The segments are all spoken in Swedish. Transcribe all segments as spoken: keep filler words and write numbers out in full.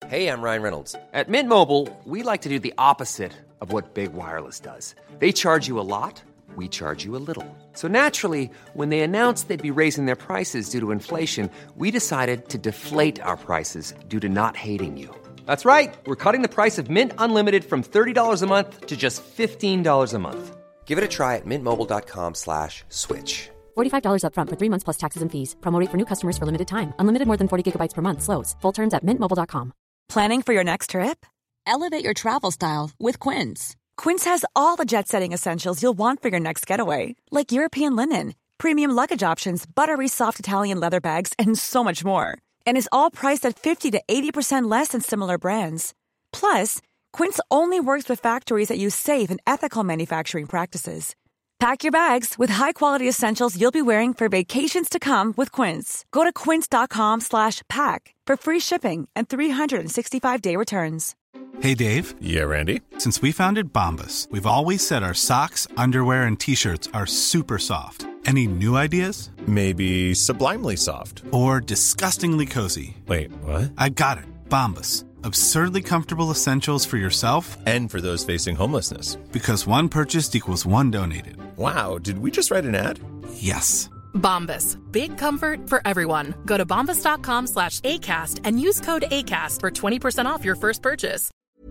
Hey, I'm Ryan Reynolds. At Mint Mobile, we like to do the opposite of what Big Wireless does. They charge you a lot, we charge you a little. So naturally, when they announced they'd be raising their prices due to inflation, we decided to deflate our prices due to not hating you. That's right. We're cutting the price of Mint Unlimited from thirty dollars a month to just fifteen dollars a month. Give it a try at mintmobile.com slash switch. forty-five dollars up front for three months plus taxes and fees. Promo rate for new customers for limited time. Unlimited more than forty gigabytes per month. Slows full terms at mint mobile dot com. Planning for your next trip? Elevate your travel style with Quince. Quince has all the jet-setting essentials you'll want for your next getaway, like European linen, premium luggage options, buttery soft Italian leather bags, and so much more. And is all priced at fifty to eighty percent less than similar brands. Plus, Quince only works with factories that use safe and ethical manufacturing practices. Pack your bags with high-quality essentials you'll be wearing for vacations to come with Quince. Go to quince.com slash pack for free shipping and three sixty-five day returns. Hey, Dave. Yeah, Randy. Since we founded Bombas, we've always said our socks, underwear, and T-shirts are super soft. Any new ideas? Maybe sublimely soft. Or disgustingly cozy. Wait, what? I got it. Bombas. Absurdly comfortable essentials for yourself and for those facing homelessness. Because one purchased equals one donated. Wow, did we just write an ad? Yes. Bombas. Big comfort for everyone. Go to bombas.com slash ACAST and use code ACAST for twenty percent off your first purchase.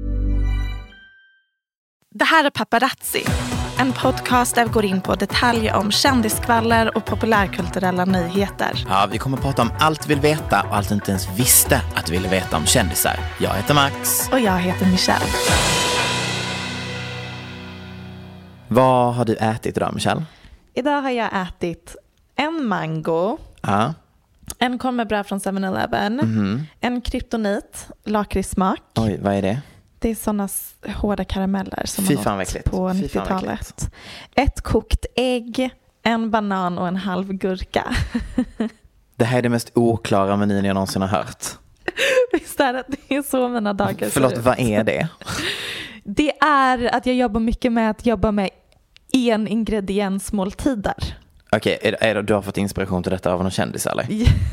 Det här är Paparazzi. En podcast där vi går in på detaljer om kändiskvaller och populärkulturella nyheter. Ja, vi kommer att prata om allt vi vill veta och allt du inte ens visste att du ville veta om kändisar. Jag heter Max. Och jag heter Michelle. Vad har du ätit idag, Michelle? Idag har jag ätit en mango. Ja. En korv med bröd från seven eleven. Mm-hmm. En kryptonit, lakritssmak. Oj, vad är det? Det är sådana hårda karameller som Fy man fan åt äckligt. på Fy fan nittiotalet. äckligt. Ett kokt ägg, en banan och en halv gurka. Det här är det mest oklara menyn jag någonsin har hört. Visst är det? Det är så mina dagar. Förlåt, vad är det? Det är att jag jobbar mycket med att jobba med en ingrediensmåltider. Okej, okay, är, är du har fått inspiration till detta av någon kändis eller?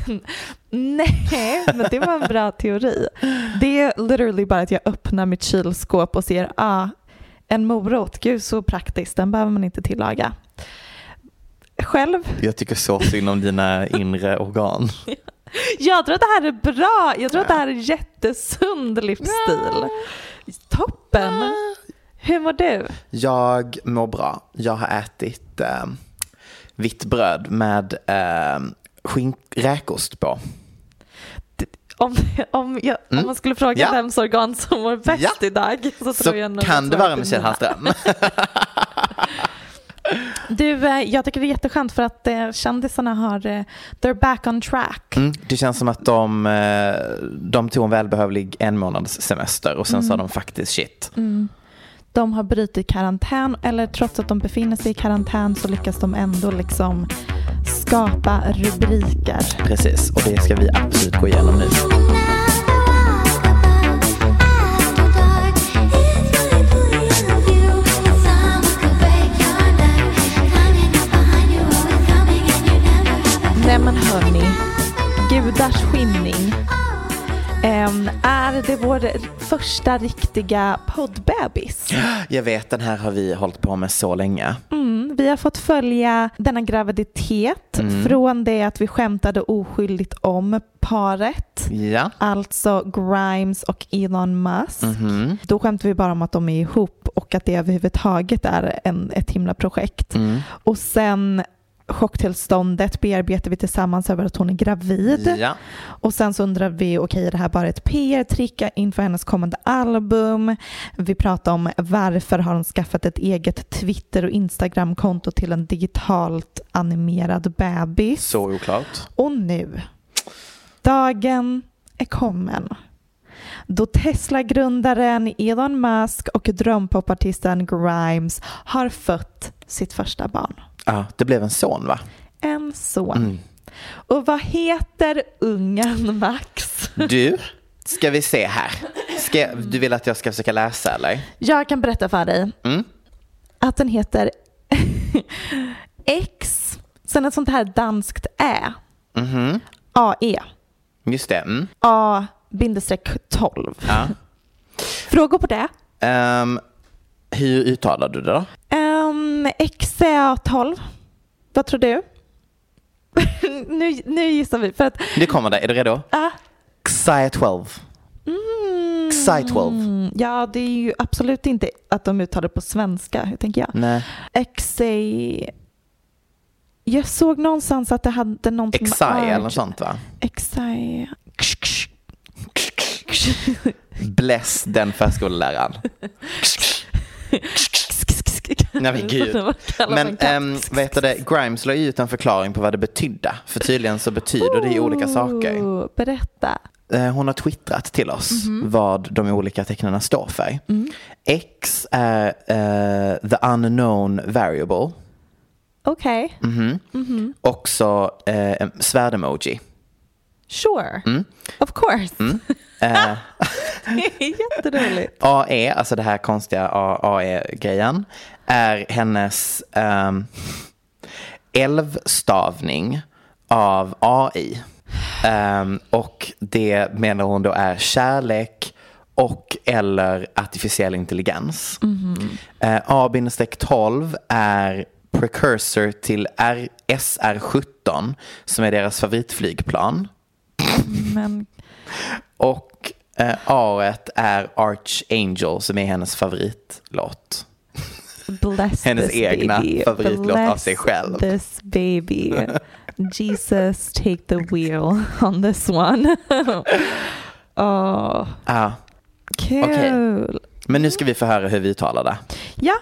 Nej, men det var en bra teori. Det är literally bara att jag öppnar mitt kylskåp och ser ah, en morot. Gud, så praktiskt. Den behöver man inte tillaga. Själv? Jag tycker så synd om dina inre organ. Jag tror att det här är bra. Jag tror att det här är jättesund livsstil. Toppen. Hur mår du? Jag mår bra. Jag har ätit eh, vitt bröd med eh, skink- räkost på. Om, om, jag, mm. om man skulle fråga ja. vems organ som mår bäst ja. idag så, så tror jag nog kan det vara Michelle Hallström. Du, jag tycker det är jätteskönt för att eh, kändisarna har eh, they're back on track. Mm, det känns som att de, eh, de tog en välbehövlig en månads semester och sen mm. sa de faktiskt shit. Mm. De har brutit karantän, eller trots att de befinner sig i karantän så lyckas de ändå liksom skapa rubriker. Precis, och det ska vi absolut gå igenom nu. Nej men hörni, gudars skymning. Um, är det vår första riktiga poddbebis? Jag vet, den här har vi hållit på med så länge. Mm, vi har fått följa denna graviditet mm. från det att vi skämtade oskyldigt om paret. Ja. Alltså Grimes och Elon Musk. Mm-hmm. Då skämtade vi bara om att de är ihop och att det överhuvudtaget är en, ett himla projekt. Mm. Och sen chocktillståndet bearbetar vi tillsammans över att hon är gravid. Ja. Och sen så undrar vi, okej, okay, är det här bara ett P R-trick inför hennes kommande album? Vi pratar om varför har hon skaffat ett eget Twitter- och Instagram-konto till en digitalt animerad bebis. Så oklart. Och nu, dagen är kommen. Då Tesla-grundaren Elon Musk och drömpopartisten Grimes har fött sitt första barn. Ja, det blev en son, va? En son. Mm. Och vad heter ungen, Max? Du, ska vi se här. Ska, du vill att jag ska försöka läsa, eller? Jag kan berätta för dig mm. att den heter X, sen ett sånt här danskt Ä. Mm-hmm. A E. Just det. Mm. A bindestreck tolv. Ja. Frågor på det? Um, hur uttalar du det då? Um, X A tolv. Vad tror du? nu, nu gissar vi. För att, det kommer det. Är du redo? Ja. Uh. X A tolv. Mm. X A tolv. Ja, det är ju absolut inte att de uttalar på svenska, tänker jag. Nej. X A... Jag såg någonstans att det hade någonting X I eller något sånt, va? X I... Bless den förskoleläraren. Nej men gud. Men ähm, vet du det, Grimes la ut en förklaring på vad det betydde. För tydligen så betyder det ju olika saker. Berätta. Hon har twittrat till oss mm-hmm. vad de olika tecknarna står för. Mm. X är uh, the unknown variable. Okej. Okay. Mm-hmm. Mm-hmm. Också uh, svärd-emoji. Sure. Mm. Of course. Mm. Uh, det är jätteroligt. A E, alltså det här konstiga A E-grejen, är hennes um, älvstavning av A I. Um, och det menar hon då är kärlek och eller artificiell intelligens. Mm-hmm. Uh, A tolv är precursor till R- S R sjutton som är deras favoritflygplan. Men... Och uh, A är Archangel som är hennes favoritlåt. Bless hennes this egna baby. favoritlåt Bless av sig själv. This baby. Jesus, take the wheel on this one. oh. Ah. Kul. Okay. Men nu ska vi få höra hur vi uttalar det. Ja.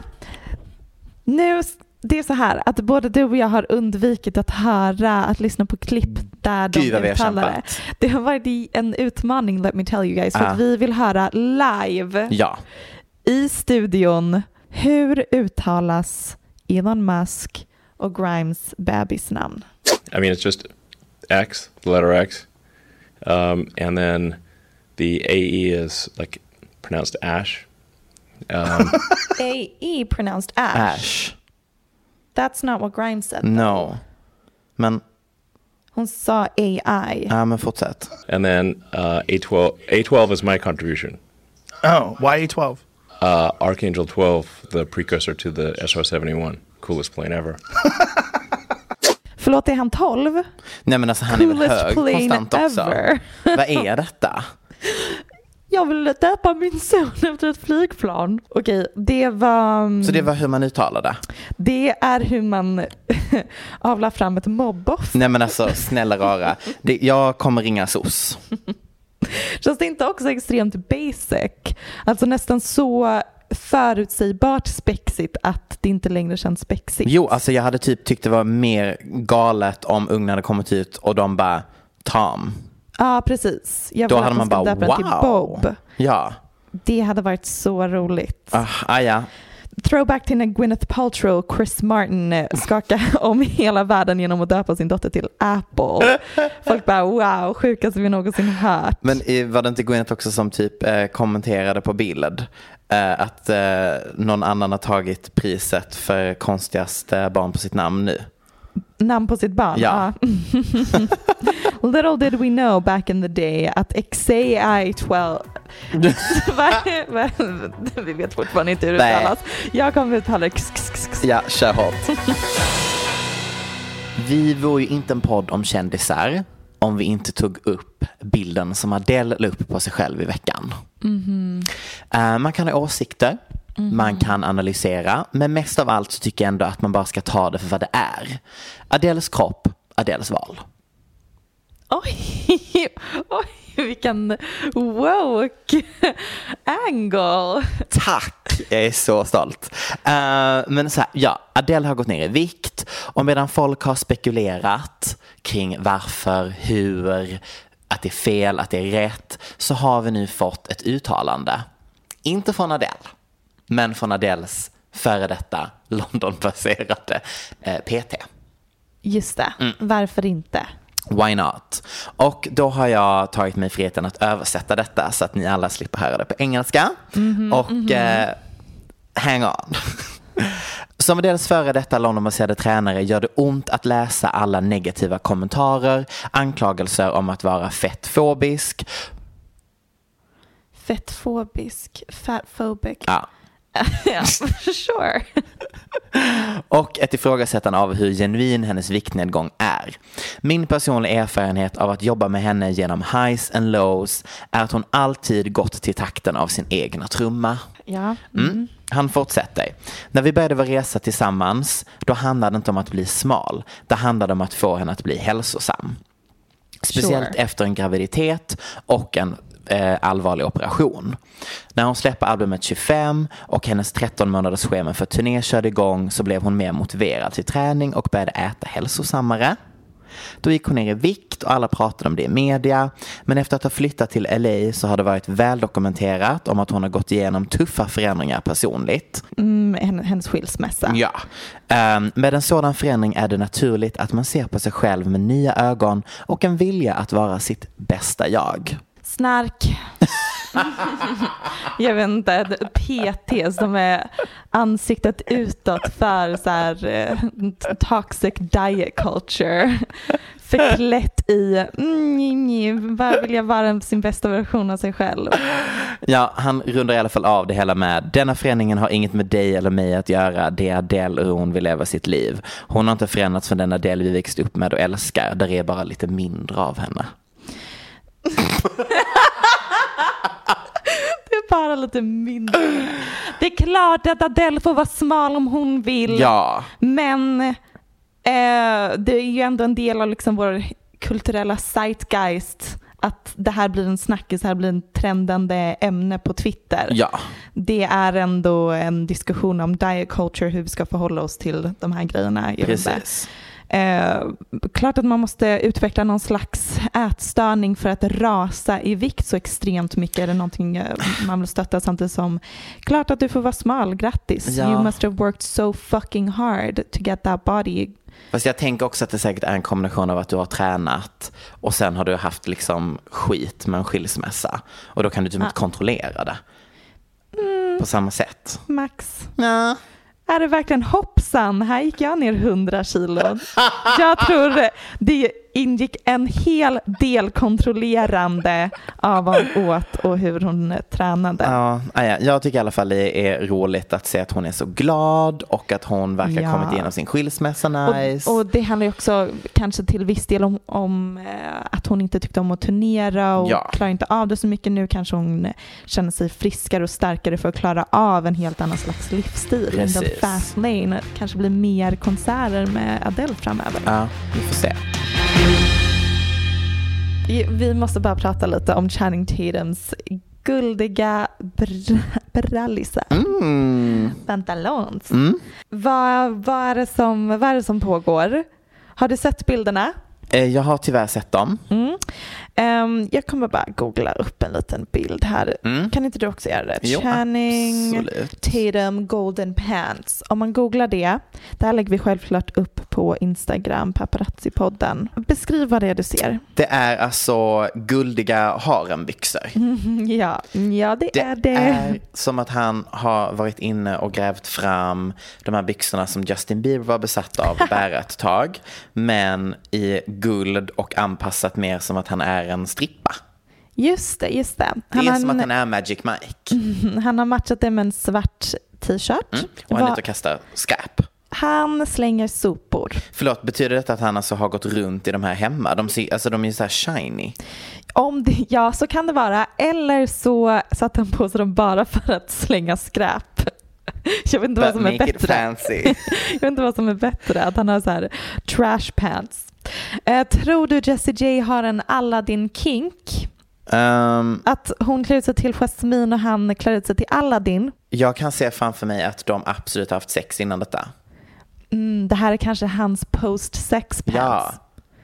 Nu, det är så här att både du och jag har undvikit att höra, att lyssna på klipp där de Gud, uttalar det. Det har varit en utmaning, let me tell you guys, för ah. att vi vill höra live ja. i studion hur uttalas Elon Musk och Grimes bebis namn. I mean, it's just X, the letter X. Um, and then the A E is like pronounced Ash. Um, A E pronounced Ash. Ash. That's not what Grimes said. No. Men... Hon sa A I. Ja, men fortsätt. And then uh, A twelve, A twelve is my contribution. Oh, why A twelve? Uh, Archangel twelve, the precursor to the S R seventy-one. Coolest plane ever. Förlåt, är han tolv? Nej, men alltså han Coolest är väl hög konstant också. Ever. Vad är detta? Jag vill döpa min son efter ett flygplan. Okej, det var... Så det var hur man uttalade? Det är hur man avlar fram ett mobb-off. Nej men alltså, snälla rara. Det, jag kommer ringa S O S. Känns det inte också extremt basic? Alltså nästan så förutsägbart spexigt att det inte längre känns spexigt. Jo, alltså jag hade typ tyckt det var mer galet om ugnen hade kommit ut och de bara Tom. Ja, ah, precis. Jag Då hade man bara wow. Till Bob. Ja. Det hade varit så roligt. Ah, ah, ja. Throwback till när Gwyneth Paltrow, Chris Martin skakade om hela världen genom att döpa sin dotter till Apple. Folk bara wow, sjukaste vi någonsin hört. Men var det inte Gwyneth också som typ eh, kommenterade på bild eh, att eh, någon annan har tagit priset för konstigaste barn på sitt namn nu? Namn på sitt barn? Ja. Little did we know back in the day att X A I tolv vi vet fortfarande inte hur det uttalas. Jag kommer att uttala det. Ja, kör hårt. Vi vore ju inte en podd om kändisar om vi inte tog upp bilden som Adele la upp på sig själv i veckan. Mm-hmm. Uh, man kan ha åsikter. Mm-hmm. Man kan analysera. Men mest av allt så tycker jag ändå att man bara ska ta det för vad det är. Adeles kropp, Adeles val. Oj, oj, vilken woke angle. Tack, jag är så stolt. Uh, men så här, ja, Adele har gått ner i vikt. Och medan folk har spekulerat kring varför, hur, att det är fel, att det är rätt, så har vi nu fått ett uttalande. Inte från Adele, men från Adeles före detta London-baserade eh, P T. Just det, mm. Varför inte? Why not? Och då har jag tagit mig friheten att översätta detta så att ni alla slipper höra det på engelska. Mm-hmm, och mm-hmm. Eh, hang on. Som Adeles före detta Londonbaserade tränare gör det ont att läsa alla negativa kommentarer, anklagelser om att vara fettfobisk Fettfobisk, fatphobic. Ja. Ja, sure. Och ett ifrågasättande av hur genuin hennes viktnedgång är. Min personliga erfarenhet av att jobba med henne genom highs and lows är att hon alltid gått till takten av sin egna trumma. Ja. Mm. Mm. Han fortsätter. När vi började vara resa tillsammans, då handlade det inte om att bli smal. Det handlade om att få henne att bli hälsosam. Speciellt sure. efter en graviditet och en eh, allvarlig operation. När hon släpper albumet tjugofem och hennes tretton månaders schema för turné körde igång, så blev hon mer motiverad till träning och började äta hälsosammare. Då gick hon ner i vikt och alla pratade om det i media. Men efter att ha flyttat till L A så har det varit väl dokumenterat om att hon har gått igenom tuffa förändringar personligt. Mm, hennes skilsmässa. Ja. Um, med en sådan förändring är det naturligt att man ser på sig själv med nya ögon och en vilja att vara sitt bästa jag. Snark. Jag vet inte, P T som är ansiktet utåt för så här eh, toxic diet culture, förklätt i mm, vad vill jag vara sin bästa version av sig själv. Ja, han rundar i alla fall av det hela med: denna förändringen har inget med dig eller mig att göra. Det är Adele hur hon vill leva sitt liv. Hon har inte förändrats från den Adele vi växt upp med och älskar. Där är bara lite mindre av henne. Det är bara lite mindre. Det är klart att Adele får vara smal om hon vill. Ja. Men eh, det är ju ändå en del av liksom vår kulturella zeitgeist att det här blir en snackis, det här blir en trendande ämne på Twitter. Ja. Det är ändå en diskussion om diet culture, hur vi ska förhålla oss till de här grejerna. Precis. Eh, klart att man måste utveckla någon slags ätstörning för att rasa i vikt så extremt mycket. Är det någonting eh, man vill stötta, samtidigt som klart att du får vara smal, grattis. Ja. You must have worked so fucking hard to get that body. Fast jag tänker också att det säkert är en kombination av att du har tränat och sen har du haft liksom skit med en skilsmässa. Och då kan du typ ah. inte kontrollera det mm. på samma sätt. Max. Ja. Är det verkligen hoppsan? Här gick jag ner hundra kilo. Jag tror det ingick en hel del kontrollerande av vad hon åt och hur hon tränade. Ja, ja, jag tycker i alla fall det är roligt att se att hon är så glad och att hon verkar ja. kommit igenom sin skilsmässa nice. Och, och det handlar ju också kanske till viss del om, om eh, att hon inte tyckte om att turnera och ja. klarar inte av det så mycket. Nu kanske hon känner sig friskare och starkare för att klara av en helt annan slags livsstil. Precis. In the fast lane. Kanske blir mer konserter med Adele framöver. Ja, vi får se. Vi måste bara prata lite om Channing Tatums guldiga br- brallisar. Mm. Pantalons. Mm. Vad, vad, är det som, vad är det som pågår? Har du sett bilderna? Jag har tyvärr sett dem. Mm. Um, jag kommer bara googla upp en liten bild här. Mm. Kan inte du också göra det? Jo, Channing absolut. Tatum golden pants. Om man googlar det, det här lägger vi självklart upp på Instagram, Paparazzi-podden. Beskriv vad det är du ser. Det är alltså guldiga harembyxor. Mm, ja. ja, det, det är det. Det är som att han har varit inne och grävt fram de här byxorna som Justin Bieber var besatt av att bära ett tag. Men i guld och anpassat mer som att han är en strippa. Just det, just det. Han det är har som en, att han är Magic Mike. Mm, han har matchat det med en svart t-shirt. Mm, och han är ute och kastar skräp. Han slänger sopor. Förlåt, betyder det att han alltså har gått runt i de här hemma? De, ser, alltså, de är ju så här shiny. Om det, ja, så kan det vara. Eller så satt han på sig dem bara för att slänga skräp. Jag vet inte But vad som är bättre. Jag vet inte vad som är bättre. Att han har så här trash pants. Uh, tror du Jessie J har en Aladdin kink? Um, att hon klär ut sig till Jasmine och han klär ut sig till Aladdin? Jag kan se framför mig att de absolut har haft sex innan detta. Mm, det här är kanske hans post-sex pants. Ja.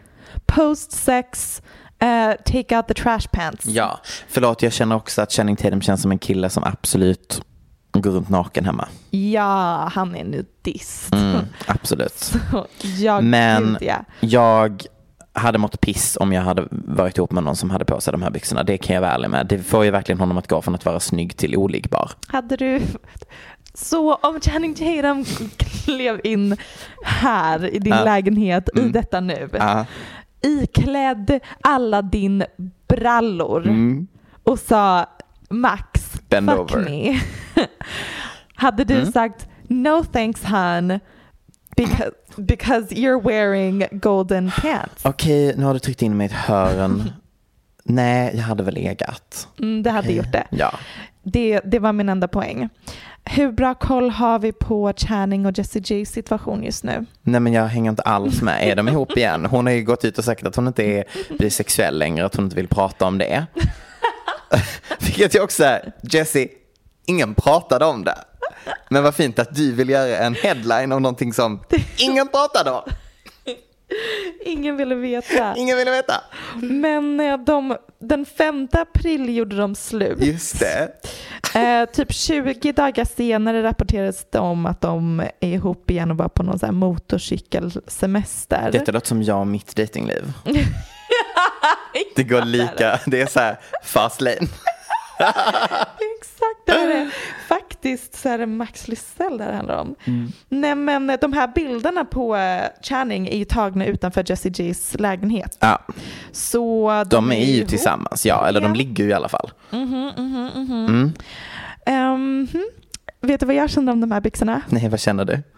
Post-sex, uh, take out the trash pants. Ja, förlåt, jag känner också att Channing Tatum känns som en kille som absolut går runt naken hemma. Ja, han är nudist. Mm, absolut. Så, jag, Men gud, ja. jag hade mått piss om jag hade varit ihop med någon som hade på sig de här byxorna. Det kan jag vara ärlig med. Det får ju verkligen honom att gå från att vara snygg till oligbar. Hade du... Så om Channing Tatum klev in här i din uh, lägenhet mm. i detta nu. Uh. Iklädd alla din brallor. Mm. Och sa... Max, Bend fuck over. me. Hade du Mm. sagt no thanks hon because, because you're wearing golden pants? Okej, nu har du tryckt in mig i ett hörn. Nej, jag hade väl legat. Mm, det hade Okej. gjort det. Ja. det. Det var min enda poäng. Hur bra koll har vi på Channing och Jessie J's situation just nu? Nej, men jag hänger inte alls med. Är de ihop igen? Hon har ju gått ut och sagt att hon inte är bisexuell längre, att hon inte vill prata om det. Vilket jag också är, Jessie, ingen pratade om det. Men vad fint att du vill göra en headline om någonting som ingen pratade om. Ingen ville veta. Ingen ville veta. Men eh, de, den femte april gjorde de slut. Just det. Eh, typ tjugo dagar senare rapporterades det om att de är ihop igen och var på någon så här motorcykelsemester. Detta låter som jag och mitt datingliv. Det går lika, det är så här fast lane. Exakt, det är det. Faktiskt så är det Max Lysell där det handlar om. Mm. Nej, men de här bilderna på Channing är ju tagna utanför Jessie J's lägenhet. Ja. Så de, de är, är ju ihop. tillsammans, ja. Eller ja. De ligger ju i alla fall. Mm-hmm, mm-hmm, mm-hmm. Mm. Um, hmm. Vet du vad jag känner om de här byxorna? Nej, vad känner du?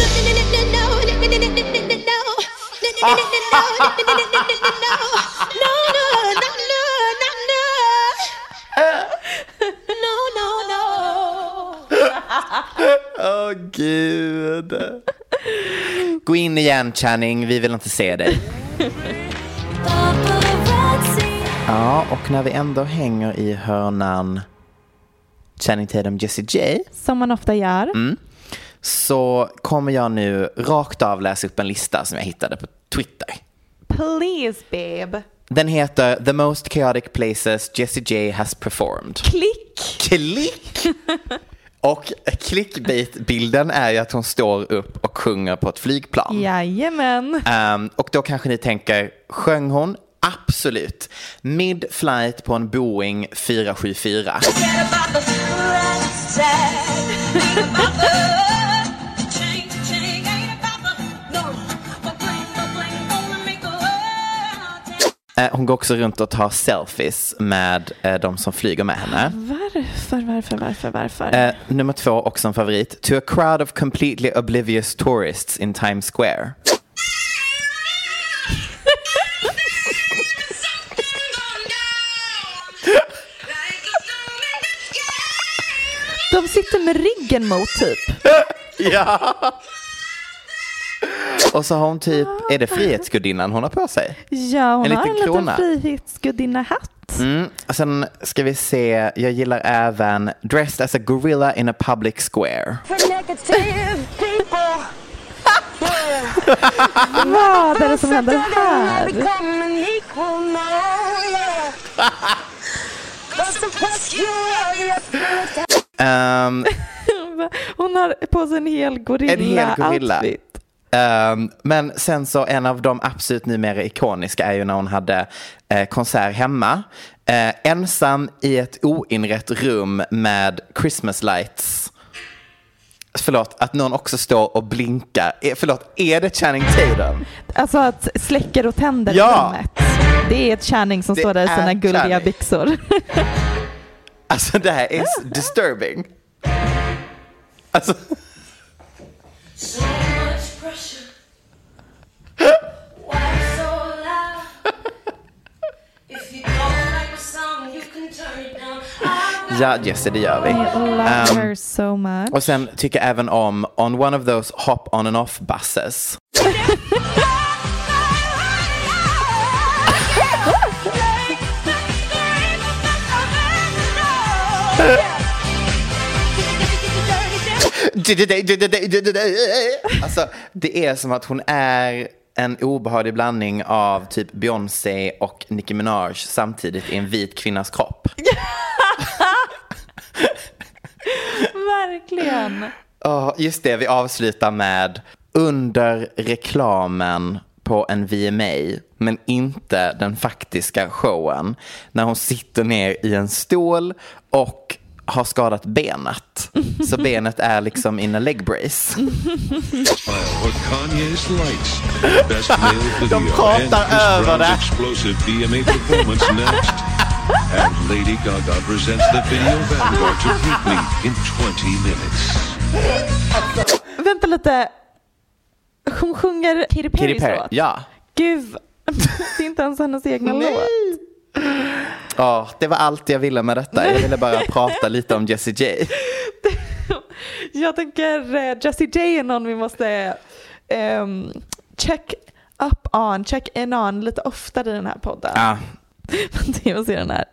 Åh, oh, gud. Gå in igen, Channing. Vi vill inte se dig. Ja, och när vi ändå hänger i hörnan Channing Tatum, Jessie J, som man ofta gör, mm, så kommer jag nu rakt av läsa upp en lista som jag hittade på Twitter. Please, babe. Den heter The Most Chaotic Places Jessie J Has Performed. Klick! Klick! Och clickbait-bilden är ju att hon står upp och sjunger på ett flygplan. Jajamän. Um, och då kanske ni tänker, sjöng hon? Absolut. Mid-flight på en Boeing fyra sju fyra. Hon går också runt och tar selfies med eh, de som flyger med henne. Varför, varför, varför, varför? Eh, nummer två, också en favorit. To a crowd of completely oblivious tourists in Times Square. De sitter med ryggen mot typ. Ja. Och så har hon typ, är det Frihetsgudinnan hon har på sig? Ja, hon en har liten en krona. liten Frihetsgudinna-hatt. Mm. Och sen ska vi se, jag gillar även Dressed as a gorilla in a public square. Vad är det som händer här? Um, hon har på sig en hel gorilla, en hel gorilla. outfit. Um, men sen så en av de absolut numera ikoniska är ju när hon hade eh, konsert hemma. Eh, ensam i ett oinrett rum med Christmas lights. Förlåt, att någon också står och blinkar. Eh, förlåt, är det Channing Tatum? Alltså att släcker och tänder ja. rummet. Det är ett Channing som det står där i sina gulliga Channing. byxor. Alltså det här är disturbing. Alltså... So much pressure. Why so loud? If you don't like a song you can turn it down. Ja, just det, det gör vi. I love um, her so much. Och sen tycker jag även om On one of those hop on and off buses. Alltså, det är som att hon är en obehaglig blandning av typ Beyoncé och Nicki Minaj samtidigt i en vit kvinnas kropp. Verkligen. Oh, just det, vi avslutar med under reklamen på en V M A, men inte den faktiska showen, när hon sitter ner i en stol och har skadat benet. Så benet är liksom in a leg brace. De pratar över det. And Lady Gaga presents the video vanguard to Britney in twenty minutes. Vänta lite. Hon sjunger Katy Perrys låt. Ja. Gud, det är inte ens hennes egna låt. Ja, oh, det var allt jag ville med detta. Jag ville bara prata lite om Jessie J. Jag tänker uh, Jessie J är någon vi måste um, check up on, check in on lite oftare i den här podden. Ja. Det var se den här.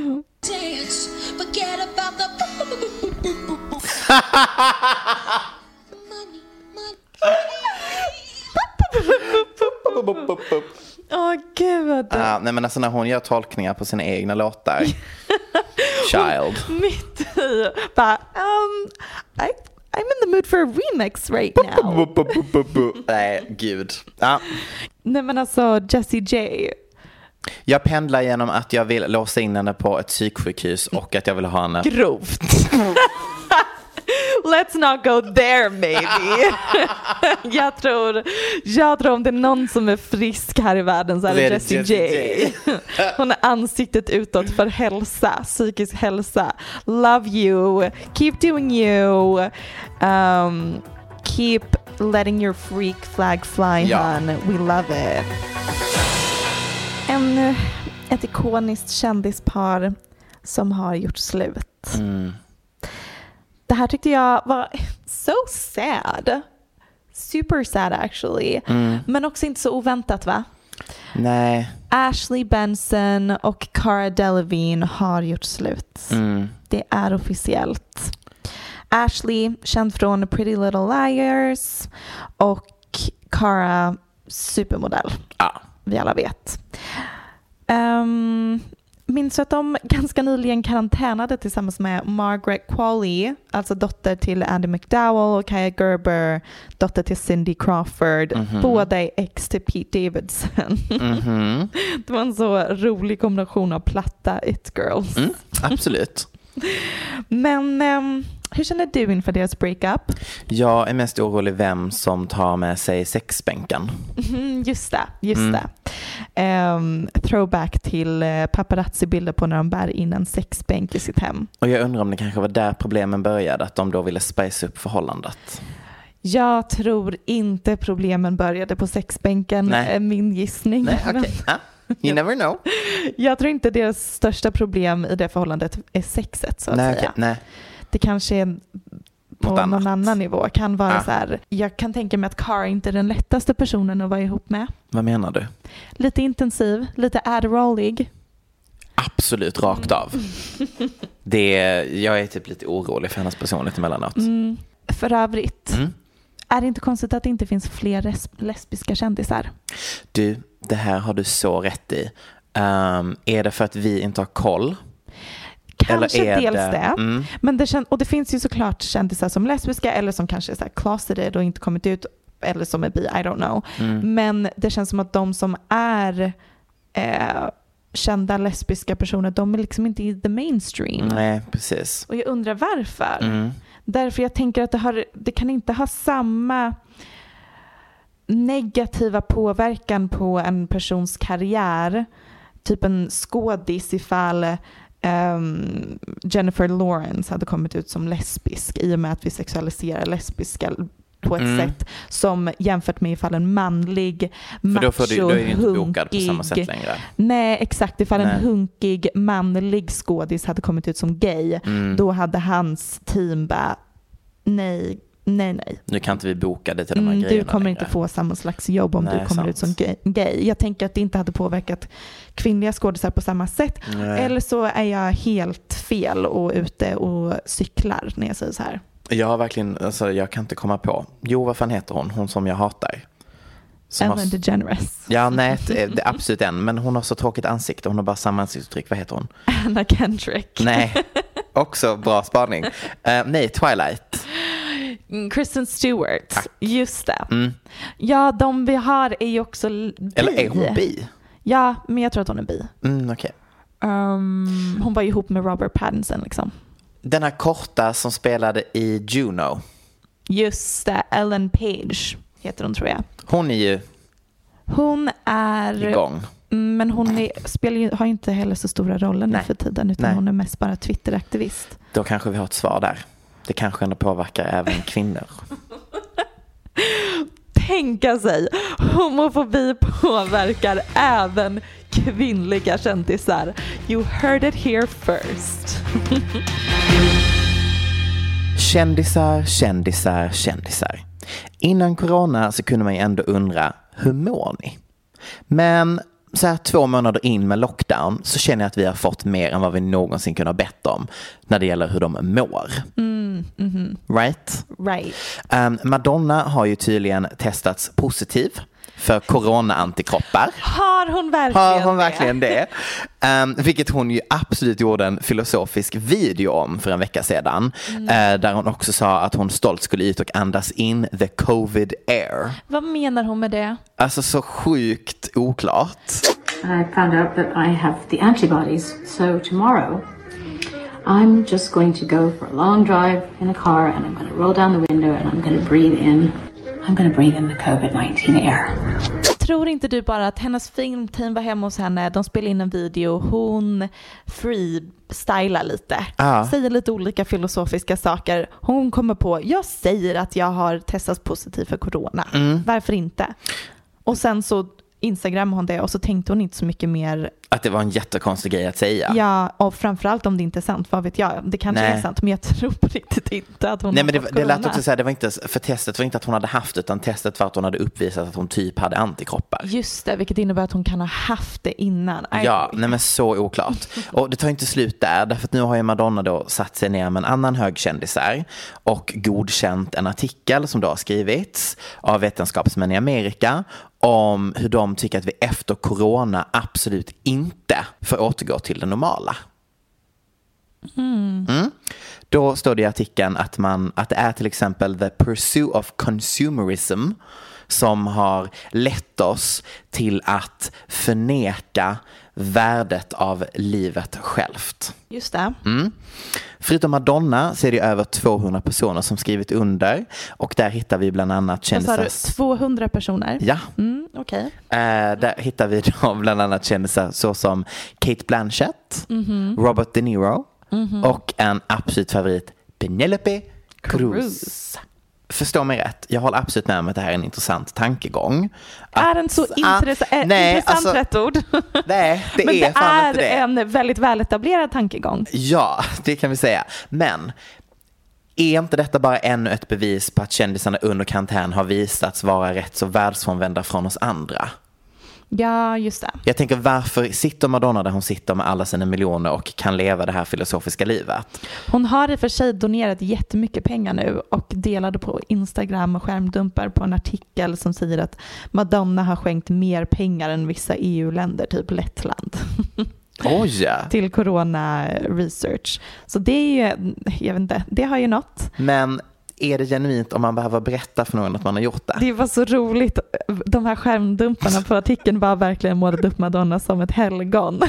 Åh oh, gud. Ah, nej men alltså när hon gör tolkningar på sina egna låtar. Child. Mitt i bara um, I, I'm in the mood for a remix right now. Nej, gud. Ah. Nej men alltså Jessie J. Jag pendlar genom att jag vill låsa in henne på ett psyksjukhus och att jag vill ha henne. Grovt. Let's not go there maybe. jag tror jag tror om det är någon som är frisk här i världen så är det Jessie J. Hon är ansiktet utåt för hälsa, psykisk hälsa. Love you, keep doing you, um, keep letting your freak flag fly, ja. Hon. We love it. En, ett ikoniskt kändispar som har gjort slut. Mm. Det här tyckte jag var so sad. Super sad actually. Mm. Men också inte så oväntat, va? Nej. Ashley Benson och Cara Delevingne har gjort slut. Mm. Det är officiellt. Ashley, känd från Pretty Little Liars, och Cara, supermodell. Ja. Vi alla vet. Um, minns att de ganska nyligen karantänade tillsammans med Margaret Qualley, alltså dotter till Andy McDowell, och Kaya Gerber, dotter till Cindy Crawford. Mm-hmm. Båda är ex till Pete Davidson. Mm-hmm. Det var en så rolig kombination av platta it girls. Mm, absolut. Men um, hur känner du inför deras breakup? Jag är mest orolig vem som tar med sig sexbänken. Mm, just det, just mm. det. Um, throwback till uh, paparazzi-bilder på när de bär in en sexbänk i sitt hem. Och jag undrar om det kanske var där problemen började, att de då ville spice upp förhållandet. Jag tror inte problemen började på sexbänken. Nej. Min gissning. Nej, okay. ah, you never know. Jag tror inte deras största problem i det förhållandet är sexet, så att nej, säga. Okay. Nej. Det kanske är på någon annat. annan nivå. Kan vara ah. så här. Jag kan tänka mig att Cara inte är den lättaste personen att vara ihop med. Vad menar du? Lite intensiv, lite Adderallig. Absolut, rakt av. Det, jag är typ lite orolig för hennes personlighet emellanåt. Mm. För övrigt, mm. är det inte konstigt att det inte finns fler res- lesbiska kändisar? Du, det här har du så rätt i. Um, är det för att vi inte har koll? Kanske eller är dels det, det. Mm. Men det känd, och det finns ju såklart kändisar som lesbiska eller som kanske är så här closeted och inte kommit ut, eller som är bi, I don't know. Mm. Men det känns som att de som är eh, kända lesbiska personer, de är liksom inte i the mainstream. Nej, precis. Och jag undrar varför. Mm. Därför jag tänker att det, har, det kan inte ha samma negativa påverkan på en persons karriär, typ en skådis, ifall um, Jennifer Lawrence hade kommit ut som lesbisk, i och med att vi sexualiserar lesbiska på ett mm. sätt som jämfört med ifall en manlig macho, för då får du, då är du inte hunkig, bokad på samma sätt längre. Nej, exakt. Ifall nej. en hunkig manlig skådis hade kommit ut som gay, mm. då hade hans team bara nej, nej, nej. Nu kan inte vi boka det till de här mm, grejerna Du kommer längre. inte få samma slags jobb om nej, du kommer sant. ut som gay. Jag tänker att det inte hade påverkat kvinnliga skådisar på samma sätt. Nej. Eller så är jag helt fel och ute och cyklar när jag säger så här. Jag har verkligen, alltså, jag kan inte komma på. Jo, vad fan heter hon? Hon som jag hatar. Som Ellen har... DeGeneres. Ja, nej, det är absolut en. Men hon har så tråkigt ansikte. Hon har bara samma ansiktsuttryck. Vad heter hon? Anna Kendrick. Nej, också bra spaning. Uh, nej, Twilight. Kristen Stewart. Tack. Just det. Mm. Ja, de vi har är ju också bi. Eller är hon bi? Ja, men jag tror att hon är bi. Mm, okej. Okay. Um, hon var ihop med Robert Pattinson liksom. Den här korta som spelade i Juno. Just det, Ellen Page heter hon, tror jag. Hon är ju Hon är igång. Men hon är, spelar ju, har ju inte heller så stora roller nu för tiden, utan Nej. hon är mest bara Twitter-aktivist. Då kanske vi har ett svar där. Det kanske ändå påverkar även kvinnor. Tänka sig, homofobi påverkar även kvinnliga kändisar. You heard it here first. Kändisar, kändisar, kändisar. Innan corona så kunde man ju ändå undra, hur mår ni? Men så här två månader in med lockdown så känner jag att vi har fått mer än vad vi någonsin kunde ha bett om när det gäller hur de mår. Mm, mm-hmm. Right? Right. Um, Madonna har ju tydligen testats positiv för corona-antikroppar. Har hon verkligen Har hon verkligen det? det? Um, vilket hon ju absolut gjorde en filosofisk video om för en vecka sedan. Mm. Uh, där hon också sa att hon stolt skulle ut och andas in the covid air. Vad menar hon med det? Alltså så sjukt oklart. I found out that I have the antibodies. So tomorrow I'm just going to go for a long drive in a car and I'm going to roll down the window and I'm going to breathe in I'm going to breathe in the covid nineteen air. Tror inte du bara att hennes filmteam var hemma hos henne, de spelade in en video, hon freestylar lite, ah. säger lite olika filosofiska saker. Hon kommer på, jag säger att jag har testats positiv för corona. Mm. Varför inte? Och sen så Instagram hon det och så tänkte hon inte så mycket mer. Att det var en jättekonstig grej att säga. Ja, och framförallt om det inte är sant, vad vet jag. Det kanske Nej. är sant, men jag tror på riktigt inte att hon Nej, har men det, det lät också så här, det var inte, för testet var inte att hon hade haft, utan testet var att hon hade uppvisat att hon typ hade antikroppar. Just det, vilket innebär att hon kan ha haft det innan. Ja, nej men så oklart. Och det tar inte slut där, därför att nu har ju Madonna då satt sig ner med en annan högkändisar och godkänt en artikel som då har skrivits av vetenskapsmän i Amerika om hur de tycker att vi efter corona absolut inte får återgå till det normala. Mm. Mm. Då står det i artikeln att, man, att det är till exempel the pursuit of consumerism som har lett oss till att förneka värdet av livet självt. Just det. Mm. Förutom Madonna så är det över tvåhundra personer som skrivit under. Och där hittar vi bland annat kändisar. Vad sa du? tvåhundra personer? Ja. Mm, okej. Okay. Eh, där hittar vi då bland annat kändisar såsom Kate Blanchett, mm-hmm. Robert De Niro mm-hmm. och en absolut favorit, Penelope Cruz. Cruz. Förstå mig rätt, jag håller absolut med om att det här är en intressant tankegång. Att, är en så intressa- äh, nej, intressant alltså, rätt ord? Nej, det men är det fan är inte det. en väldigt väletablerad tankegång. Ja, det kan vi säga. Men är inte detta bara ännu ett bevis på att kändisarna under karantän har visats vara rätt så världsfrånvända från oss andra? Ja, just det. Jag tänker, varför sitter Madonna där hon sitter med alla sina miljoner och kan leva det här filosofiska livet? Hon har i och för sig donerat jättemycket pengar nu och delade på Instagram och skärmdumpar på en artikel som säger att Madonna har skänkt mer pengar än vissa E U-länder, typ Lettland. Oj! till corona research. Så det är ju, jag vet inte, det har ju något. Men är det genuint om man behöver berätta för någon att man har gjort det? Det var så roligt. De här skärmdumparna på artikeln var verkligen målat upp Madonna som ett helgon.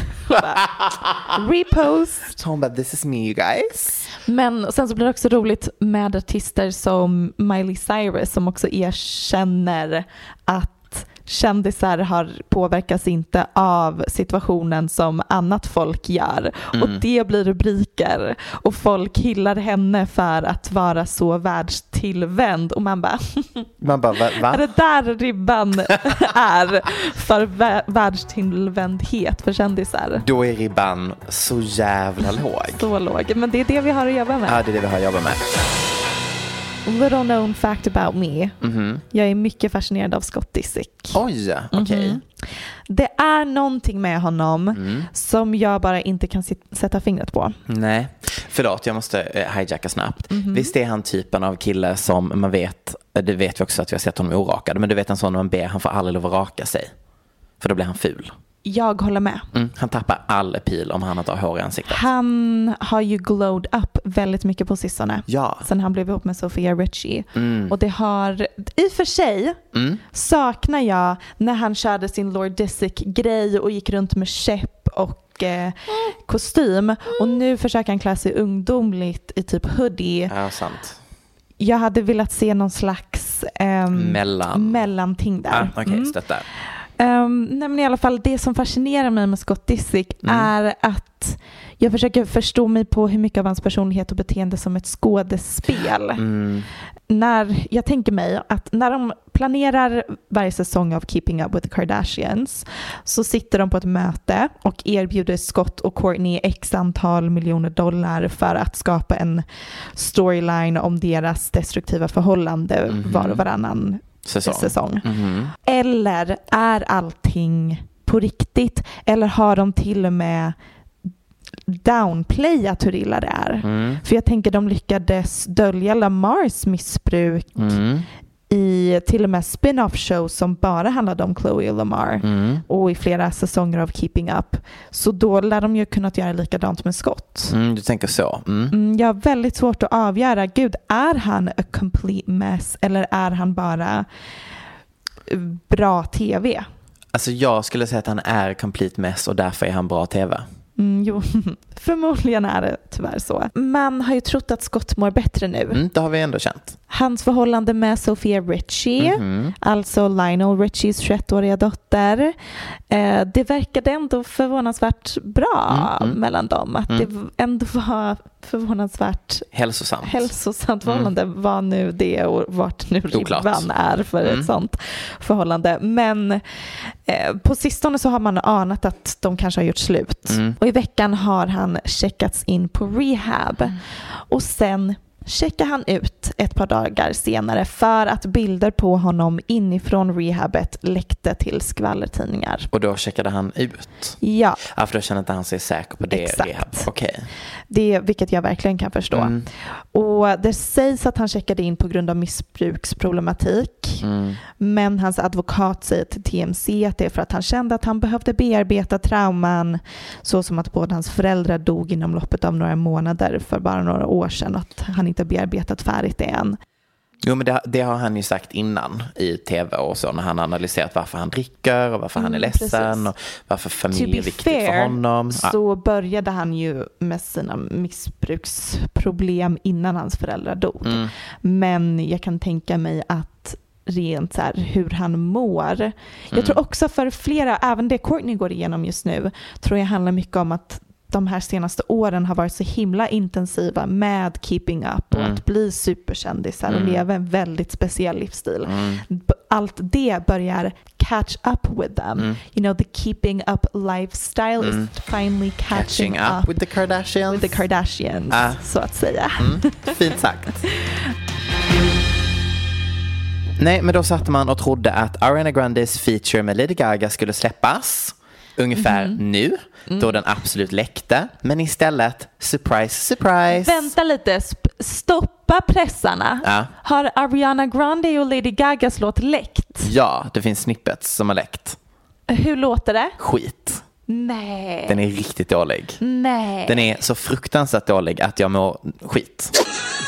Repost. Hon bara, this is me you guys. Men sen så blir det också roligt med artister som Miley Cyrus som också erkänner att kändisar har påverkas inte av situationen som annat folk gör. Mm. Och det blir rubriker. Och folk hyllar henne för att vara så världstillvänd. Och man bara, man bara va? va? Är det där ribban är för vä- världstillvändhet för kändisar? Då är ribban så jävla låg. Så låg. Men det är det vi har att jobba med. Ja, det är det vi har att jobba med. Little known fact about me. Mm-hmm. Jag är mycket fascinerad av Scott Disick. Oj, okej. Okay. Mm-hmm. Det är någonting med honom mm. som jag bara inte kan sit- sätta fingret på. Nej, förlåt, jag måste eh, hijacka snabbt. Mm-hmm. Visst är han typen av kille som man vet, det vet vi också att vi har sett honom orakad, men du vet en sån när man ber, han får aldrig lov att raka sig. För då blir han ful. Jag håller med. Mm, han tappar all pil om han inte har hår i ansiktet. Han har ju glowed up väldigt mycket på sistone. Ja. Sen han blev ihop med Sofia Richie. Mm. Och det har, i och för sig mm. saknar jag när han körde sin Lord Disick-grej och gick runt med käpp och eh, kostym. Och nu försöker han klä sig ungdomligt i typ hoodie. Ja, sant. Jag hade velat se någon slags eh, Mellan. mellanting där. Ah, okej, okay, mm. stöttar. Um, nej men i alla fall, det som fascinerar mig med Scott Disick mm. är att jag försöker förstå mig på hur mycket av hans personlighet och beteende som ett skådespel. Mm. När jag tänker mig att när de planerar varje säsong av Keeping Up with the Kardashians så sitter de på ett möte och erbjuder Scott och Kourtney x antal miljoner dollar för att skapa en storyline om deras destruktiva förhållande mm-hmm. var och varannan säsong. säsong. Mm-hmm. Eller är allting på riktigt? Eller har de till och med downplayat hur illa det är? Mm. För jag tänker de lyckades dölja Lamars missbruk mm. i till och med spin-off shows som bara handlade om Chloe och Lamar mm. och i flera säsonger av Keeping Up. Så då lär de ju kunnat göra likadant med Scott. Mm, du tänker så? Mm. Mm, jag har väldigt svårt att avgöra. Gud, är han a complete mess eller är han bara bra tv? Alltså jag skulle säga att han är complete mess och därför är han bra tv. Mm, jo, förmodligen är det tyvärr så. Man har ju trott att Scott mår bättre nu. Mm, det har vi ändå känt. Hans förhållande med Sofia Richie, mm-hmm. alltså Lionel Richies tjugoettåriga dotter, eh, det verkade ändå förvånansvärt bra mm-hmm. mellan dem. Att mm. det ändå var förvånansvärt hälsosamt, hälsosamt förhållande. Mm. Vad nu det och vart nu ribban är för mm. ett sånt förhållande. Men eh, på sistone så har man anat att de kanske har gjort slut. Mm. Och i veckan har han checkats in på rehab. Mm. Och sen checkar han ut ett par dagar senare för att bilder på honom inifrån rehabet läckte till skvallertidningar. Och då checkade han ut? Ja. Ja, för då kände inte han sig säker på det. Exakt. Rehab. Okay. Det, vilket jag verkligen kan förstå. Mm. Och det sägs att han checkade in på grund av missbruksproblematik. Mm. Men hans advokat säger till T M C att det är för att han kände att han behövde bearbeta trauman, så som att båda hans föräldrar dog inom loppet av några månader för bara några år sedan, att han inte bearbetat färdigt det än. Jo, men det, det har han ju sagt innan i tv och så, när han analyserat varför han dricker och varför mm, han är ledsen precis. Och varför familj är viktigt fair, för honom. Så ja. Började han ju med sina missbruksproblem innan hans föräldrar dog. Mm. Men jag kan tänka mig att rent så här, hur han mår. Mm. Jag tror också för flera, även det Kourtney går igenom just nu, tror jag handlar mycket om att de här senaste åren har varit så himla intensiva med keeping up och mm. att bli superkändisar mm. och leva en väldigt speciell livsstil. Mm. Allt det börjar catch up with them. Mm. You know, the keeping up lifestyle mm. is finally catching, catching up, up with the Kardashians. With the Kardashians, uh. så att säga. Mm. Fint sagt. Nej, men då satt man och trodde att Ariana Grandes feature med Lady Gaga skulle släppas ungefär mm. nu, mm. då den absolut läckte. Men istället, surprise, surprise. Vänta lite, sp- stoppa pressarna. Ja. Har Ariana Grande och Lady Gagas låt läckt? Ja, det finns snippets som har läckt. Hur låter det? Skit. Nej. Den är riktigt dålig. Nej. Den är så fruktansvärt dålig att jag mår skit.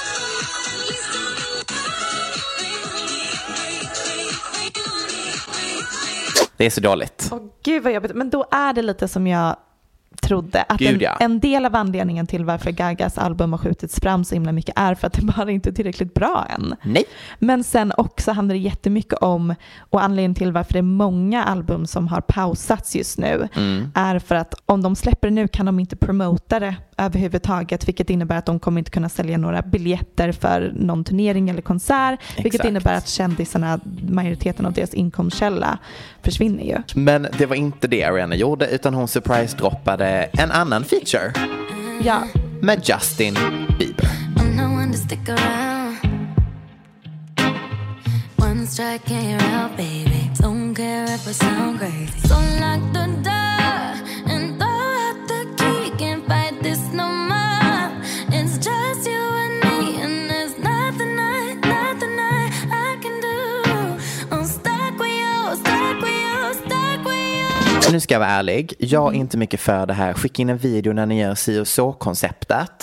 Det är så dåligt. Åh, gud vad jobbigt. Men då är det lite som jag trodde. Att Gud, ja. en, en del av anledningen till varför Gagas album har skjutits fram så himla mycket är för att det bara inte är tillräckligt bra än. Nej. Men sen också handlar det jättemycket om, och anledningen till varför det är många album som har pausats just nu mm. är för att om de släpper det nu kan de inte promota det överhuvudtaget, vilket innebär att de kommer inte kunna sälja några biljetter för någon turnering eller konsert. Exakt. Vilket innebär att kändisarna, majoriteten av deras inkomstkälla försvinner ju. Men det var inte det Ariana gjorde, utan hon surprise-droppade en annan feature. Ja. Med Justin Bieber. One strike and you're out, baby. Don't care if I sound crazy. So lock the door and throw out the key. Can't fight this no more. It's just you and me, and there's nothing I, nothing I, I can do. I'm stuck with you, stuck with you, stuck with you. Nu ska jag vara ärlig. Jag är inte mycket för det här. Skicka in en video när ni gör si och så konceptet.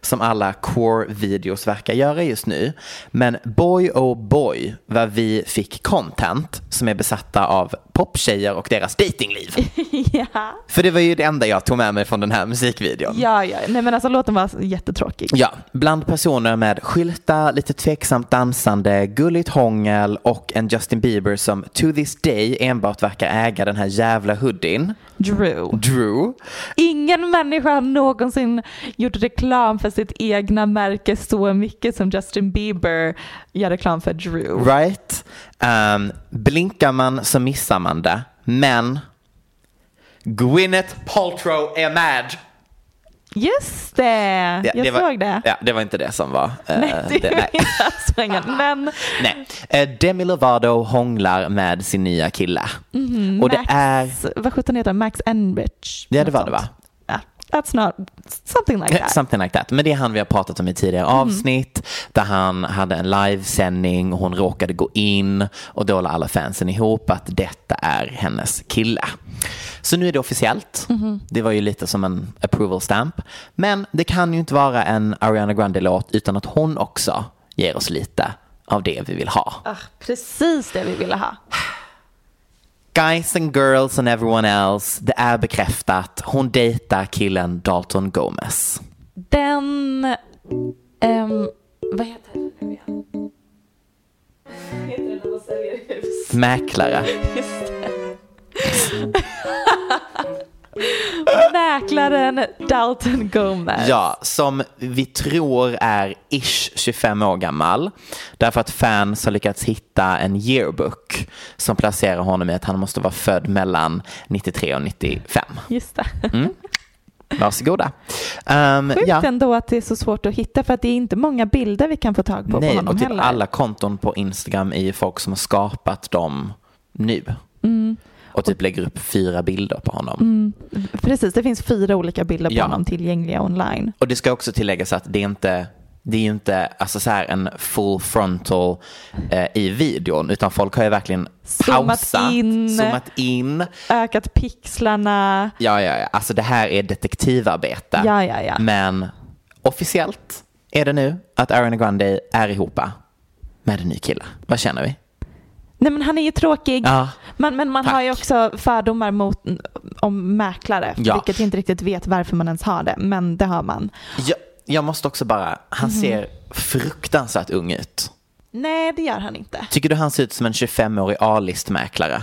som alla core-videos verkar göra just nu. Men boy oh boy vad vi fick content som är besatta av poptjejer och deras datingliv. Ja. För det var ju det enda jag tog med mig från den här musikvideon. Ja, ja. Nej, men alltså låten var jättetråkig. Ja, bland personer med skyltar, lite tveksamt dansande, gulligt hångel och en Justin Bieber som to this day enbart verkar äga den här jävla hoodien. Drew. Drew. Ingen människa har någonsin gjort reklam för sitt egna märke så mycket som Justin Bieber gör reklam för Drew. Right. Um, blinkar man så missar man det. Men Gwyneth Paltrow är med. Just det, ja, jag det var, såg det. Ja, det var inte det som var. Uh, nej, det, det nej. Inte men nej. Uh, Demi Lovato hånglar med sin nya kille. Mm-hmm. Och Max, det är vad sjutton heter Max Enrich? Ja, det var det va? Yeah, that's not something like that. Something like that. Men det är han vi har pratat om i tidigare mm. avsnitt där han hade en livesändning och hon råkade gå in och då la alla fansen ihop att detta är hennes kille. Så nu är det officiellt. Mm-hmm. Det var ju lite som en approval stamp. Men det kan ju inte vara en Ariana Grande-låt utan att hon också ger oss lite av det vi vill ha. Ah, precis det vi ville ha. Guys and girls and everyone else, det är bekräftat. Hon dejtar killen Dalton Gomez. Den... Um, vad heter det nu igen? Vad heter det när man säljer hus? Mäklare. Just det. Mäklaren Dalton Gomez. Ja, som vi tror är ish tjugofem år gammal. Därför att fans har lyckats hitta en yearbook som placerar honom i att han måste vara född mellan nittiotre och nittiofem. Just det. Mm. Varsågoda. Um, Sjukt ja. ändå att det är så svårt att hitta för att det är inte många bilder vi kan få tag på. Nej, på honom och typ heller. alla konton på Instagram är ju folk som har skapat dem nu. Mm. Och typ lägger upp fyra bilder på honom. Mm. Precis, det finns fyra olika bilder på ja. honom tillgängliga online. Och det ska också tilläggas att det är inte det är ju inte alltså så här en full frontal eh, i videon utan folk har ju verkligen pausat, zoomat in, zoomat in, ökat pixlarna. Ja, ja, ja. Alltså det här är detektivarbete. Ja, ja, ja. Men officiellt är det nu att Ariana Grande är ihop med en ny kille. Vad känner vi? Nej, men han är ju tråkig. Ja, men, men man tack. har ju också fördomar mot, om mäklare. Ja. Vilket jag inte riktigt vet varför man ens har det. Men det har man. Jag, jag måste också bara, han mm. ser fruktansvärt ung ut. Nej, det gör han inte. Tycker du han ser ut som en tjugofem-årig A-listmäklare?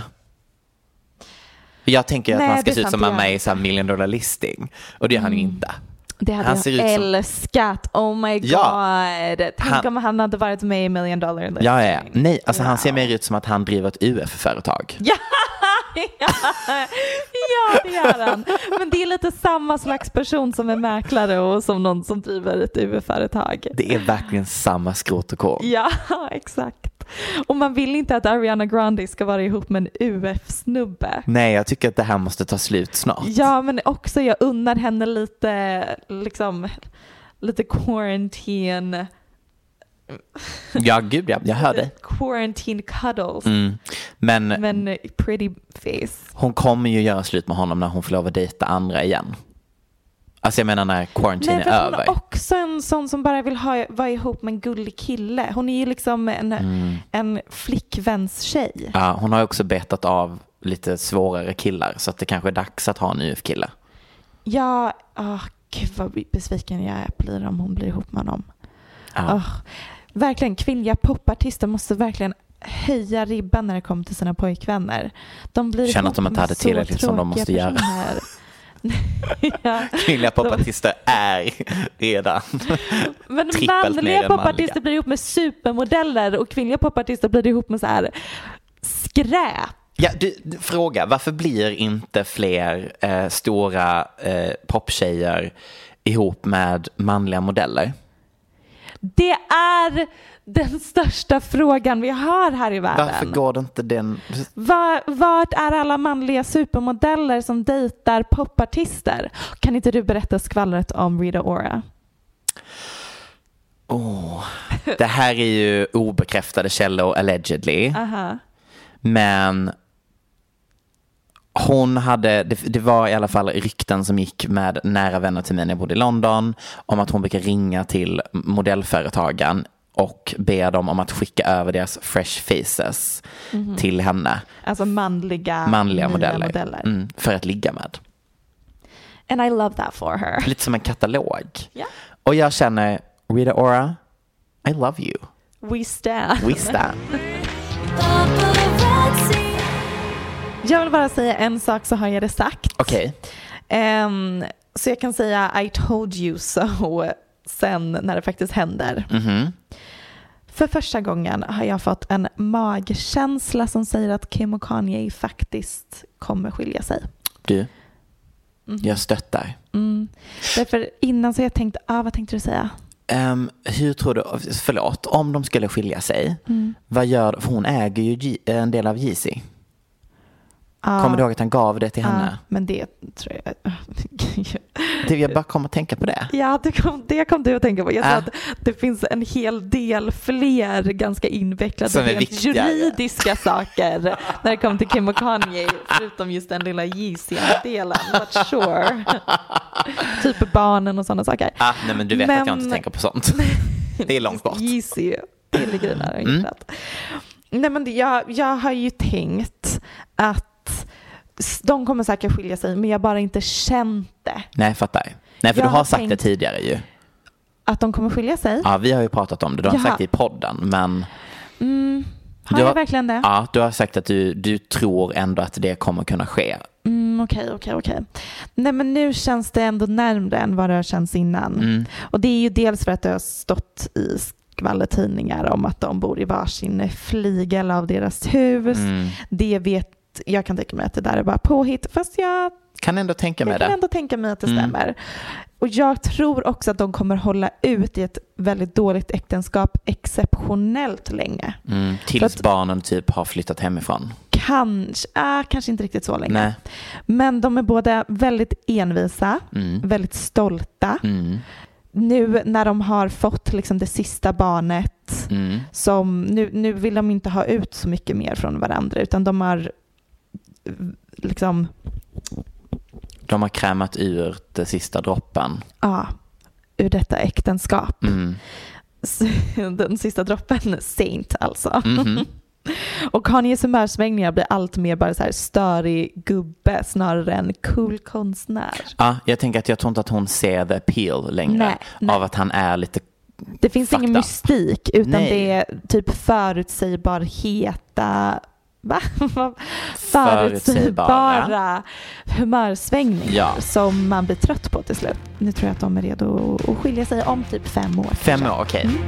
Jag tänker Nej, att han ska se ut som jag. man med i så här million dollar listing. Och det är mm. han ju inte. Det hade han jag ser ut älskat. Som... Oh my god. Ja. Tänk han... om han hade varit med i Million Dollar Listing. Ja, ja. Nej, alltså wow. han ser mer ut som att han driver ett U F-företag. Ja, ja. ja, det gör han. Men det är lite samma slags person som är mäklare och som någon som driver ett U F-företag. Det är verkligen samma skrot och kål. Ja, exakt. Och man vill inte att Ariana Grande ska vara ihop med en U F-snubbe. Nej, jag tycker att det här måste ta slut snart. Ja, men också jag unnar henne lite liksom lite quarantine. Ja, gud, ja, jag hör dig. Quarantine cuddles. Mm. Men, men pretty face. Hon kommer ju göra slut med honom när hon får lov att dejta andra igen. Alltså jag menar när quarantine är över. Hon är också en sån som bara vill ha, vara ihop med en gullig kille. Hon är ju liksom en, mm. en flickvänstjej. Ja, hon har också betat av lite svårare killar. Så att det kanske är dags att ha en U F-kille. Ja, oh, gud vad besviken jag blir om hon blir ihop med honom. Ja. Oh, verkligen, kvinnliga popartister måste verkligen höja ribban när det kommer till sina pojkvänner. De blir känner att de inte hade tillräckligt som de måste personer. göra. Ja. Kvinnliga popartister är redan men manliga popartister blir ihop med supermodeller och kvinnliga popartister blir ihop med så här skräp. Ja, du, du, fråga, varför blir inte fler eh, stora eh, poptjejer ihop med manliga modeller? Det är den största frågan vi har här i världen. Varför går det inte den? Var, vart är alla manliga supermodeller som dejtar popartister? Kan inte du berätta skvallret om Rita Ora? Oh, det här är ju obekräftade källor allegedly. Aha. Men hon hade, det, det var i alla fall rykten som gick med nära vänner till mig när jag bodde i London om att hon brukar ringa till modellföretagen och be dem om att skicka över deras fresh faces mm-hmm. till henne. Alltså manliga, manliga modeller, modeller. Mm, för att ligga med. And I love that for her. Lite som en katalog. Yeah. Och jag känner, Rita Ora, I love you. We stand. We stand. Jag vill bara säga en sak så har jag det sagt. Okej. Okay. Um, så jag kan säga I told you so sen när det faktiskt händer. Mm-hmm. För första gången har jag fått en magkänsla som säger att Kim och Kanye faktiskt kommer skilja sig. Du, mm. jag stöttar. Mm. Därför innan så har jag tänkt, ah, vad tänkte du säga? Um, hur tror du, förlåt, om de skulle skilja sig, mm. vad gör, för hon äger ju G, en del av Yeezy. Ah, kommer du ihåg att han gav det till ah, henne? Men det tror jag... det jag bara kom att tänka på det. Ja, det kom, det kom du att tänka på. Jag tror ah. att det finns en hel del fler ganska invecklade rent juridiska saker när det kommer till Kim och Kanye, förutom just den lilla Yeezy-delen. But sure. Typ barnen och sådana saker. Ah, nej, men du vet men... att jag inte tänker på sånt. Det är långt bort. Yeezy, det ligger där. Mm. Nej, men jag, jag har ju tänkt att de kommer säkert skilja sig, men jag bara inte känt det. Nej, fattar. Nej, för jag du har, har sagt tänkt det tidigare ju. Att de kommer skilja sig? Ja, vi har ju pratat om det. Du har Jaha. sagt det i podden, men... Mm, har du jag har, verkligen det? Ja, du har sagt att du, du tror ändå att det kommer kunna ske. Mm, okej, okej, okej. Nej, men nu känns det ändå närmare än vad det har känts innan. Mm. Och det är ju dels för att det har stått i skvallertidningar om att de bor i varsin flygel av deras hus. Mm. Det vet jag kan tänka mig att det där är bara påhitt, fast jag kan ändå tänka mig jag det. kan ändå tänka mig att det mm. stämmer. Och jag tror också att de kommer hålla ut i ett väldigt dåligt äktenskap exceptionellt länge. Mm. Tills att, barnen typ har flyttat hemifrån. Kanske, äh, kanske inte riktigt så länge. Nej. Men de är båda väldigt envisa, mm. väldigt stolta. Mm. Nu när de har fått liksom det sista barnet, mm. som nu, nu vill de inte ha ut så mycket mer från varandra, utan de har liksom de har krämat ur det sista droppen. Ja, ur detta äktenskap. Mm. Den sista droppen, Saint alltså. Mm-hmm. Och Kanyes humörsvängningar blir allt mer bara så här störig gubbe snarare än cool konstnär. Ja, jag tänker att jag tror inte att hon ser the appeal längre nej, nej. av att han är lite det finns ingen up. mystik, utan nej. det är typ förutsägbarheta Va? förutsägbara humörsvängningar ja. som man blir trött på till slut. Nu tror jag att de är redo att skilja sig om typ fem år. Fem år, okej. Okay. Mm.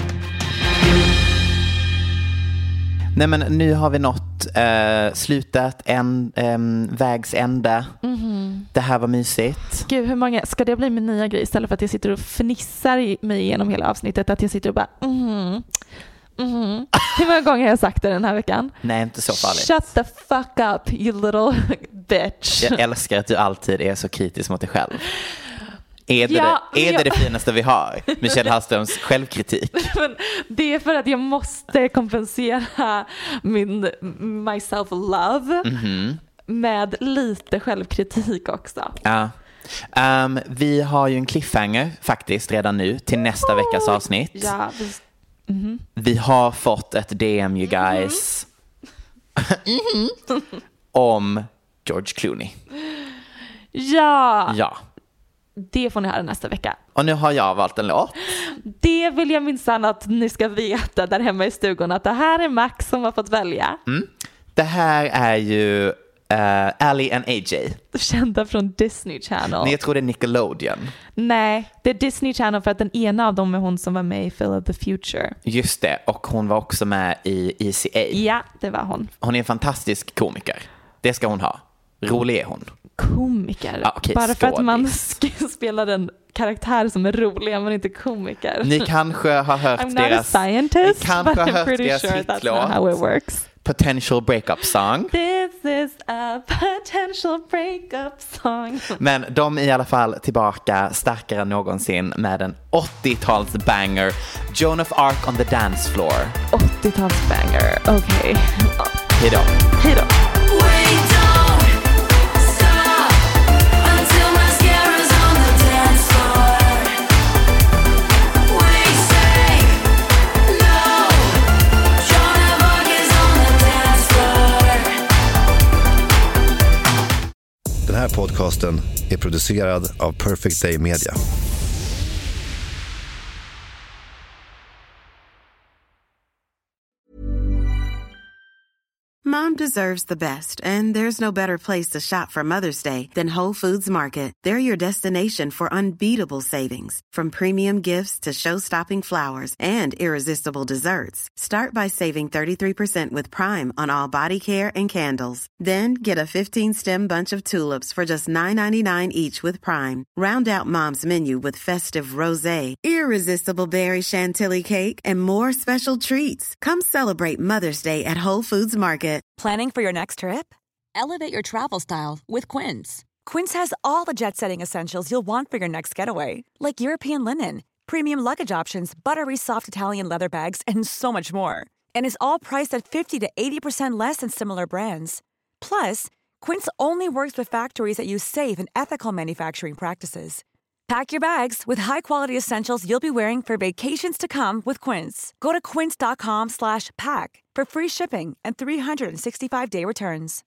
Nej, men nu har vi nått eh, slutet, en eh, vägs ände. Mm-hmm. Det här var mysigt. Gud, hur många, ska det bli min nya grej istället för att jag sitter och fnissar mig igenom hela avsnittet, att jag sitter och bara mm-hmm. Mm-hmm. Hur många gånger har jag sagt det den här veckan? Nej, inte så farligt. Shut the fuck up, you little bitch. Jag älskar att du alltid är så kritisk mot dig själv. Är det, ja, det, är jag... det det finaste vi har? Michelle Hallströms självkritik. Men det är för att jag måste kompensera min my self-love mm-hmm. med lite självkritik också. Ja. Um, vi har ju en cliffhanger faktiskt redan nu till nästa oh, veckas avsnitt. Ja, vi... Mm-hmm. Vi har fått ett D M, you guys. Mm-hmm. Om George Clooney. Ja. Ja. Det får ni höra nästa vecka. Och nu har jag valt en låt. Det vill jag minsann att ni ska veta där hemma i stugan, att det här är Max som har fått välja. Mm. Det här är ju uh, Ali and A J. Kända från Disney Channel. Nej, jag tror det är Nickelodeon. Nej, det är Disney Channel för att den ena av dem är hon som var med i Phil of the Future. Just det, och hon var också med i E C A. Ja, det var hon. Hon är en fantastisk komiker. Det ska hon ha. Rolig är hon. Komiker? Ah, okay, bara för skådis. att man spelar en karaktär som är rolig, men inte komiker. Ni kanske har hört I'm deras... not a scientist, ni kanske but har I'm hört pretty deras sure that's hitlåt. not how it works. Potential breakup song. This is a potential breakup song. Men de är i alla fall tillbaka starkare än någonsin med en åttio-tals-banger. Joan of Arc on the dance floor. åttio-tals-banger, okej. Okay. Hej då. Hej då. podcasten är producerad av Perfect Day Media. Mom deserves the best, and there's no better place to shop for Mother's Day than Whole Foods Market. They're your destination for unbeatable savings, from premium gifts to show-stopping flowers and irresistible desserts. Start by saving thirty-three percent with Prime on all body care and candles. Then get a fifteen-stem bunch of tulips for just nine ninety-nine each with Prime. Round out Mom's menu with festive rosé, irresistible berry chantilly cake, and more special treats. Come celebrate Mother's Day at Whole Foods Market. Planning for your next trip? Elevate your travel style with Quince. Quince has all the jet-setting essentials you'll want for your next getaway, like European linen, premium luggage options, buttery soft Italian leather bags, and so much more. And is all priced at fifty to eighty percent less than similar brands. Plus, Quince only works with factories that use safe and ethical manufacturing practices. Pack your bags with high-quality essentials you'll be wearing for vacations to come with Quince. Go to quince.com slash pack for free shipping and three sixty-five day returns.